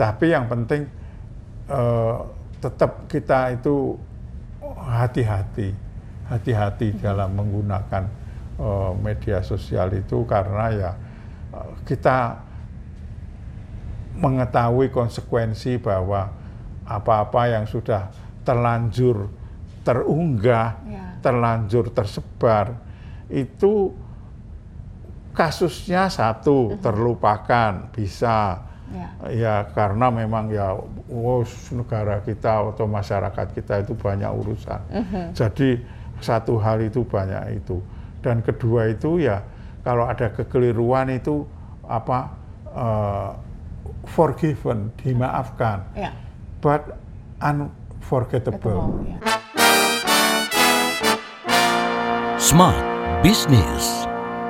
Tapi yang penting tetap kita itu hati-hati dalam menggunakan media sosial itu, karena ya kita mengetahui konsekuensi bahwa apa-apa yang sudah terlanjur terunggah, terlanjur tersebar, itu kasusnya satu terlupakan bisa ya karena memang ya negara kita atau masyarakat kita itu banyak urusan. Jadi satu hal itu banyak itu, dan kedua itu ya kalau ada kekeliruan itu forgiven, dimaafkan, but unforgettable. Smart Business.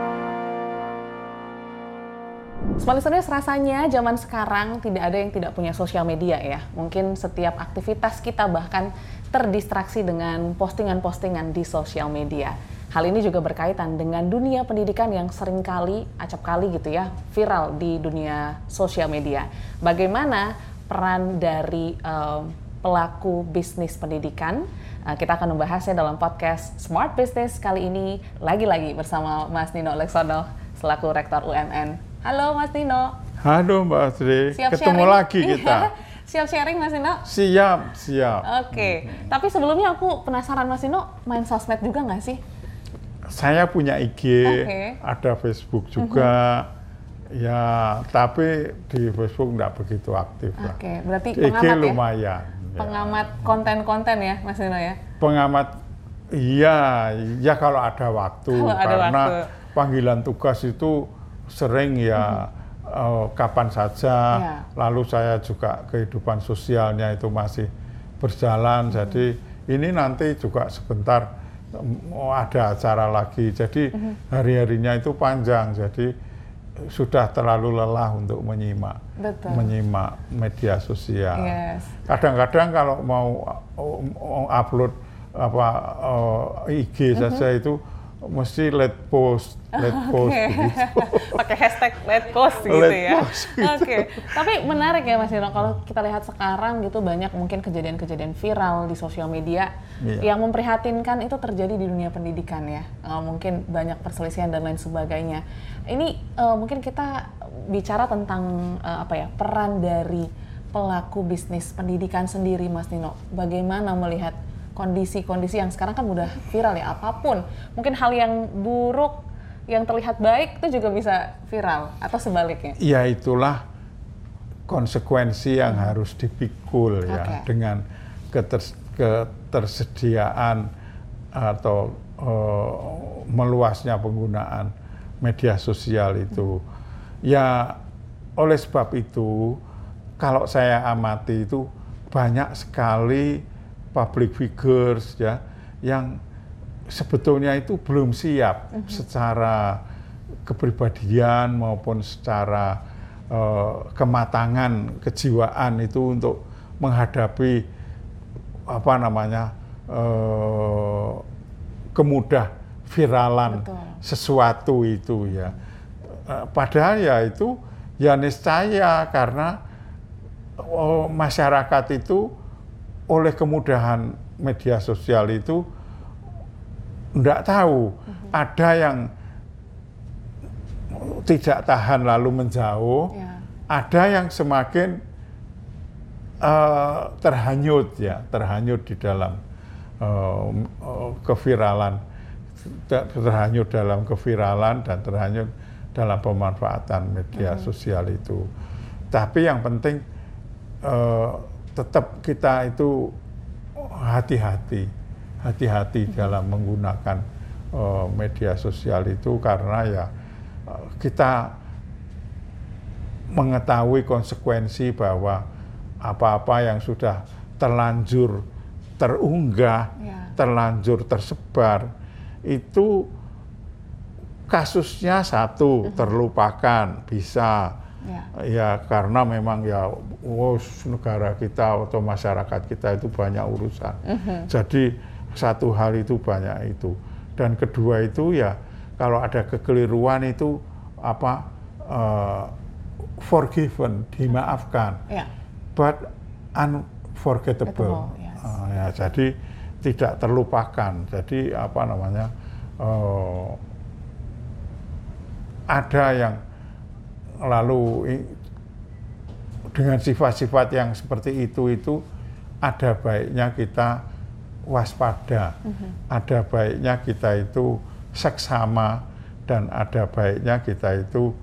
Smart Listeners, rasanya zaman sekarang tidak ada yang tidak punya sosial media ya. Mungkin setiap aktivitas kita bahkan terdistraksi dengan postingan-postingan di sosial media. Hal ini juga berkaitan dengan dunia pendidikan yang seringkali, acap kali gitu ya, viral di dunia sosial media. Bagaimana peran dari pelaku bisnis pendidikan? Kita akan membahasnya dalam podcast Smart Business kali ini, lagi-lagi bersama Mas Nino Leksono selaku Rektor UMN. Halo Mas Nino. Halo Mbak Astri, ketemu sharing lagi kita. Siap sharing Mas Nino? Siap. Oke. Tapi sebelumnya aku penasaran, Mas Nino main sosmed juga nggak sih? Saya punya IG, ada Facebook juga. Ya, tapi di Facebook nggak begitu aktif lah. Berarti IG pengamat lumayan. Pengamat konten-konten ya, Mas Nino ya? Pengamat, ya kalau ada waktu. Karena panggilan tugas itu sering ya kapan saja. Lalu saya juga kehidupan sosialnya itu masih berjalan. Jadi ini nanti juga sebentar ada acara lagi. Jadi hari-harinya itu panjang. Jadi sudah terlalu lelah untuk menyimak media sosial. Kadang-kadang kalau mau upload IG saja itu mesti late post begitu. Pakai hashtag late post gitu ya. Tapi menarik ya Mas Nino, kalau kita lihat sekarang gitu banyak mungkin kejadian-kejadian viral di sosial media yang memprihatinkan itu terjadi di dunia pendidikan ya. Mungkin banyak perselisihan dan lain sebagainya. Ini mungkin kita bicara tentang peran dari pelaku bisnis pendidikan sendiri, Mas Nino. Bagaimana melihat kondisi-kondisi yang sekarang kan udah viral ya, apapun. Mungkin hal yang buruk, yang terlihat baik itu juga bisa viral, atau sebaliknya? Ya itulah konsekuensi yang harus dipikul ya, dengan ketersediaan atau meluasnya penggunaan media sosial itu. Ya oleh sebab itu, kalau saya amati itu banyak sekali public figures ya yang sebetulnya itu belum siap secara kepribadian maupun secara kematangan kejiwaan itu untuk menghadapi kemudah viralan sesuatu itu ya. Padahal ya itu ya niscaya karena masyarakat itu oleh kemudahan media sosial itu enggak tahu, ada yang tidak tahan lalu menjauh, ada yang semakin terhanyut di dalam keviralan, dan terhanyut dalam pemanfaatan media sosial itu. Tapi yang penting tetap kita itu hati-hati dalam menggunakan media sosial itu, karena ya kita mengetahui konsekuensi bahwa apa-apa yang sudah terlanjur terunggah, terlanjur tersebar, itu kasusnya satu terlupakan bisa. Ya karena memang ya negara kita atau masyarakat kita itu banyak urusan. Jadi satu hal itu banyak itu, dan kedua itu ya kalau ada kekeliruan itu forgiven, dimaafkan, but unforgettable. Yes. Ya, jadi tidak terlupakan. Jadi apa namanya, ada yang lalu dengan sifat-sifat yang seperti itu ada baiknya kita waspada, ada baiknya kita itu seksama, dan ada baiknya kita itu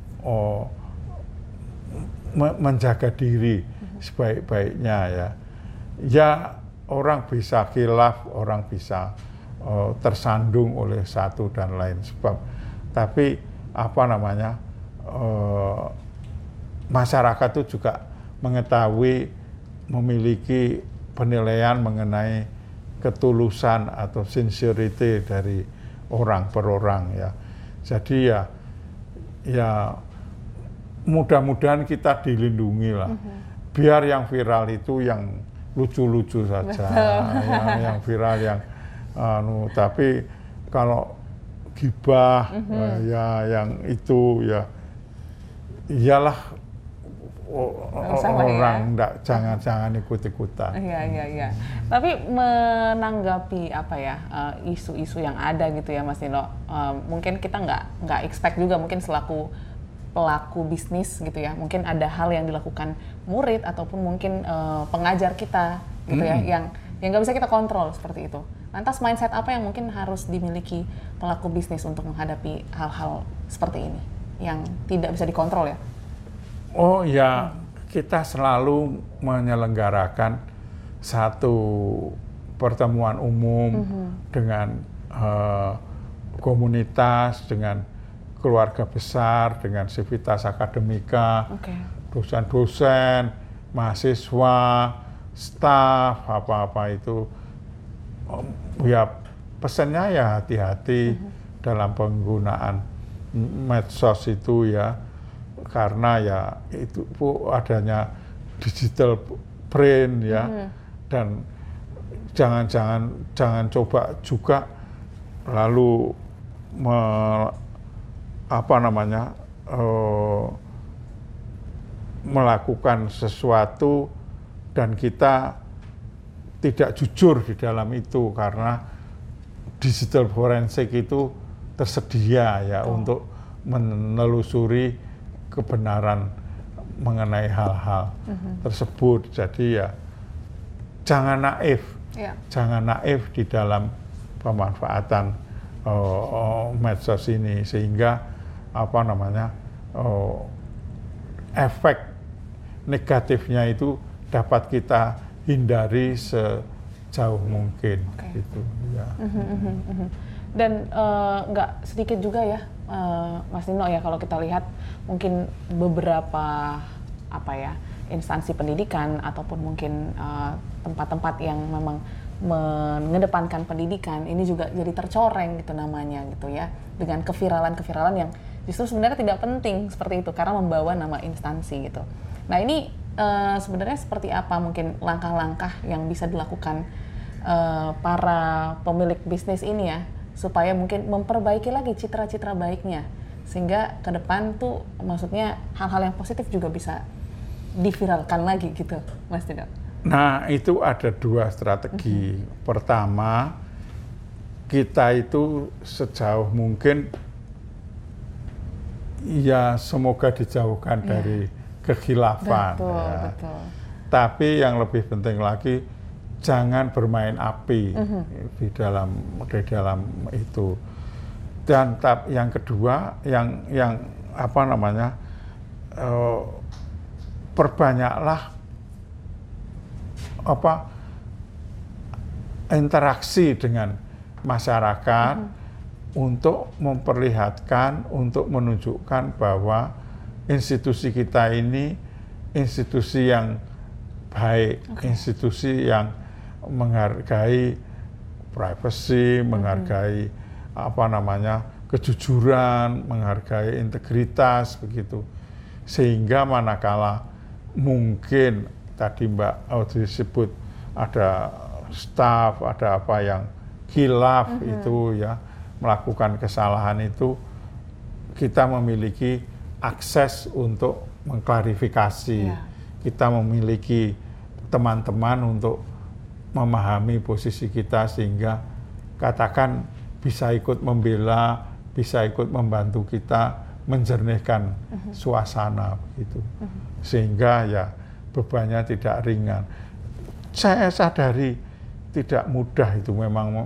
menjaga diri sebaik-baiknya ya. Ya, orang bisa khilaf, orang bisa tersandung oleh satu dan lain sebab, tapi apa namanya, masyarakat itu juga mengetahui, memiliki penilaian mengenai ketulusan atau sincerity dari orang per orang ya. Jadi ya mudah-mudahan kita dilindungi lah. Biar yang viral itu yang lucu-lucu saja, yang viral yang tapi kalau gibah ya yang itu ya iyalah orang enggak, jangan ikut-ikutan. Iya. Tapi menanggapi apa ya, isu-isu yang ada gitu ya Mas Nino, mungkin kita nggak expect juga mungkin selaku pelaku bisnis gitu ya, mungkin ada hal yang dilakukan murid ataupun mungkin pengajar kita gitu ya, yang nggak bisa kita kontrol seperti itu. Lantas mindset apa yang mungkin harus dimiliki pelaku bisnis untuk menghadapi hal-hal seperti ini yang tidak bisa dikontrol ya? Oh ya, kita selalu menyelenggarakan satu pertemuan umum dengan komunitas, dengan keluarga besar, dengan sivitas akademika, dosen-dosen, mahasiswa, staf, apa-apa itu. Ya pesannya ya hati-hati dalam penggunaan medsos itu ya, karena ya itu adanya digital brain ya, dan jangan coba juga lalu melakukan sesuatu dan kita tidak jujur di dalam itu, karena digital forensik itu tersedia ya untuk menelusuri kebenaran mengenai hal-hal tersebut. Jadi ya jangan naif di dalam pemanfaatan medsos ini, sehingga efek negatifnya itu dapat kita hindari sejauh mungkin gitu ya. Dan nggak sedikit juga ya Mas Nino ya, kalau kita lihat mungkin beberapa instansi pendidikan ataupun mungkin tempat-tempat yang memang mengedepankan pendidikan ini juga jadi tercoreng gitu namanya gitu ya, dengan keviralan yang justru sebenarnya tidak penting seperti itu karena membawa nama instansi gitu. Nah ini sebenarnya seperti apa mungkin langkah-langkah yang bisa dilakukan para pemilik bisnis ini ya, supaya mungkin memperbaiki lagi citra-citra baiknya, sehingga ke depan tuh maksudnya hal-hal yang positif juga bisa diviralkan lagi gitu, Mas Tino. Nah, itu ada dua strategi. Pertama, kita itu sejauh mungkin ya semoga dijauhkan dari kekhilafan. Betul. Tapi yang lebih penting lagi, jangan bermain api di dalam itu. Dan yang kedua, yang perbanyaklah interaksi dengan masyarakat untuk memperlihatkan, untuk menunjukkan bahwa institusi kita ini institusi yang baik, institusi yang menghargai privasi, menghargai kejujuran, menghargai integritas begitu. Sehingga manakala mungkin tadi Mbak Audrey sebut ada staf, ada apa yang khilaf itu ya, melakukan kesalahan itu, kita memiliki akses untuk mengklarifikasi, kita memiliki teman-teman untuk memahami posisi kita sehingga katakan bisa ikut membela, bisa ikut membantu kita menjernihkan suasana begitu. Sehingga ya bebannya tidak ringan. Saya sadari tidak mudah itu, memang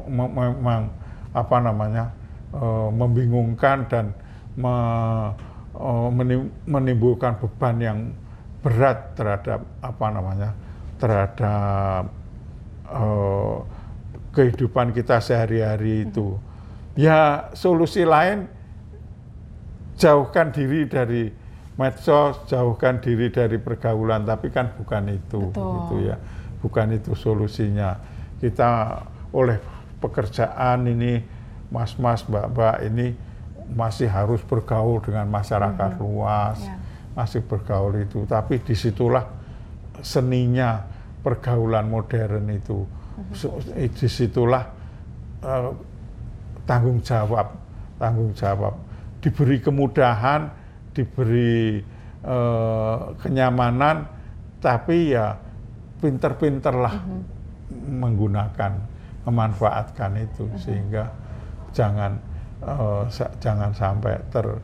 membingungkan dan menimbulkan beban yang berat terhadap kehidupan kita sehari-hari itu. Ya solusi lain, jauhkan diri dari medsos, jauhkan diri dari pergaulan, tapi kan bukan itu, gitu ya. Bukan itu solusinya. Kita oleh pekerjaan ini, mas-mas, mbak-mbak ini masih harus bergaul dengan masyarakat luas, masih bergaul itu. Tapi disitulah seninya pergaulan modern itu. Disitulah tanggung jawab. Diberi kemudahan, diberi kenyamanan, tapi ya pinter-pinterlah menggunakan, memanfaatkan itu, sehingga jangan sampai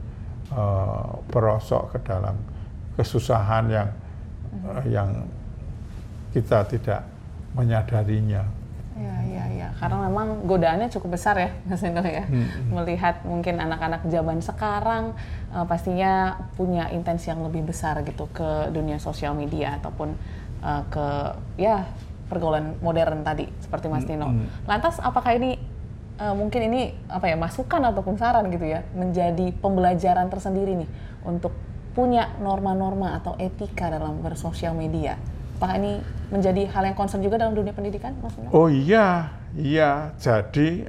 terperosok ke dalam kesusahan yang kita tidak menyadarinya. Ya, karena memang godaannya cukup besar ya, Mas Nino ya. Melihat mungkin anak-anak zaman sekarang pastinya punya intensi yang lebih besar gitu ke dunia sosial media ataupun ke pergaulan modern tadi seperti Mas Nino. Lantas apakah ini mungkin ini masukan ataupun saran gitu ya, menjadi pembelajaran tersendiri nih untuk punya norma-norma atau etika dalam bersosial media? Apakah ini menjadi hal yang concern juga dalam dunia pendidikan, Mas Nino? Oh iya. Jadi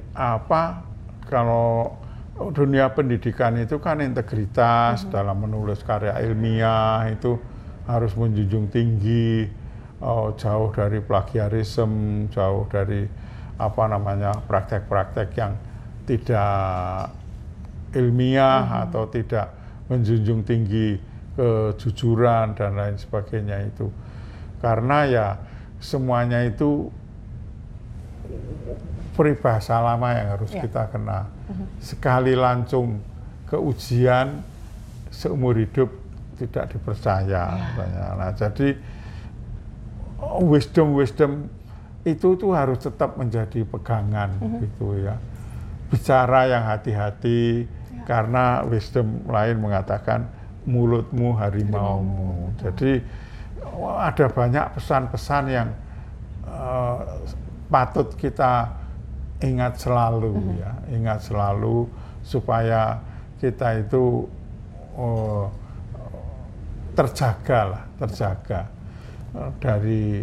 kalau dunia pendidikan itu kan integritas dalam menulis karya ilmiah itu harus menjunjung tinggi, jauh dari plagiarisme, jauh dari praktek-praktek yang tidak ilmiah atau tidak menjunjung tinggi kejujuran dan lain sebagainya itu. Karena ya semuanya itu peribahasa lama yang harus kita kena. Sekali lancung ke ujian, seumur hidup tidak dipercaya. Nah, jadi wisdom itu tuh harus tetap menjadi pegangan gitu ya. Bicara yang hati-hati, karena wisdom lain mengatakan mulutmu harimaumu. Jadi ada banyak pesan-pesan yang patut kita ingat selalu supaya kita itu terjaga dari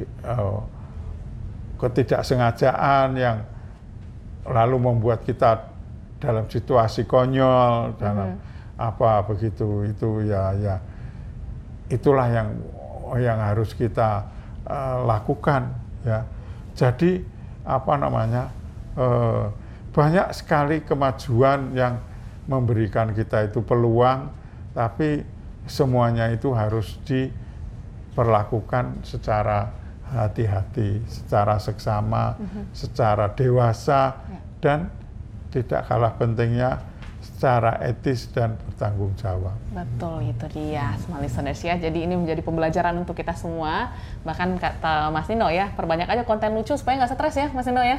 ketidaksengajaan yang lalu membuat kita dalam situasi konyol, dalam begitu itu ya itulah yang harus kita lakukan ya. Jadi banyak sekali kemajuan yang memberikan kita itu peluang, tapi semuanya itu harus diperlakukan secara hati-hati, secara seksama, secara dewasa, dan tidak kalah pentingnya secara etis dan bertanggung jawab. Betul, itu dia Smart Listeners ya. Jadi ini menjadi pembelajaran untuk kita semua. Bahkan kata Mas Nino ya, perbanyak aja konten lucu supaya nggak stres ya Mas Nino ya.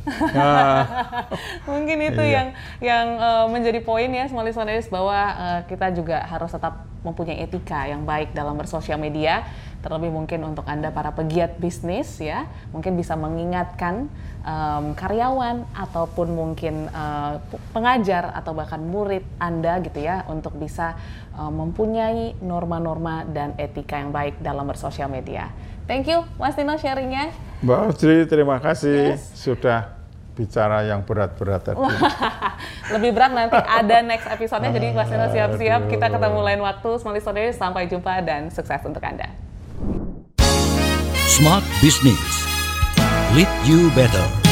Mungkin itu yang menjadi poin ya Smart Listeners, bahwa kita juga harus tetap mempunyai etika yang baik dalam bersosial media. Terlebih mungkin untuk Anda para pegiat bisnis ya, mungkin bisa mengingatkan karyawan ataupun mungkin pengajar atau bahkan murid Anda gitu ya, untuk bisa mempunyai norma-norma dan etika yang baik dalam bersosial media. Thank you Mas Nino sharingnya. Mbak Audrey, terima kasih sudah bicara yang berat-berat tadi. Lebih berat nanti ada next episode-nya, jadi Mas Nino siap-siap. Kita ketemu lain waktu. Smart Listeners, sampai jumpa dan sukses untuk Anda. Smart Business. Lead you better.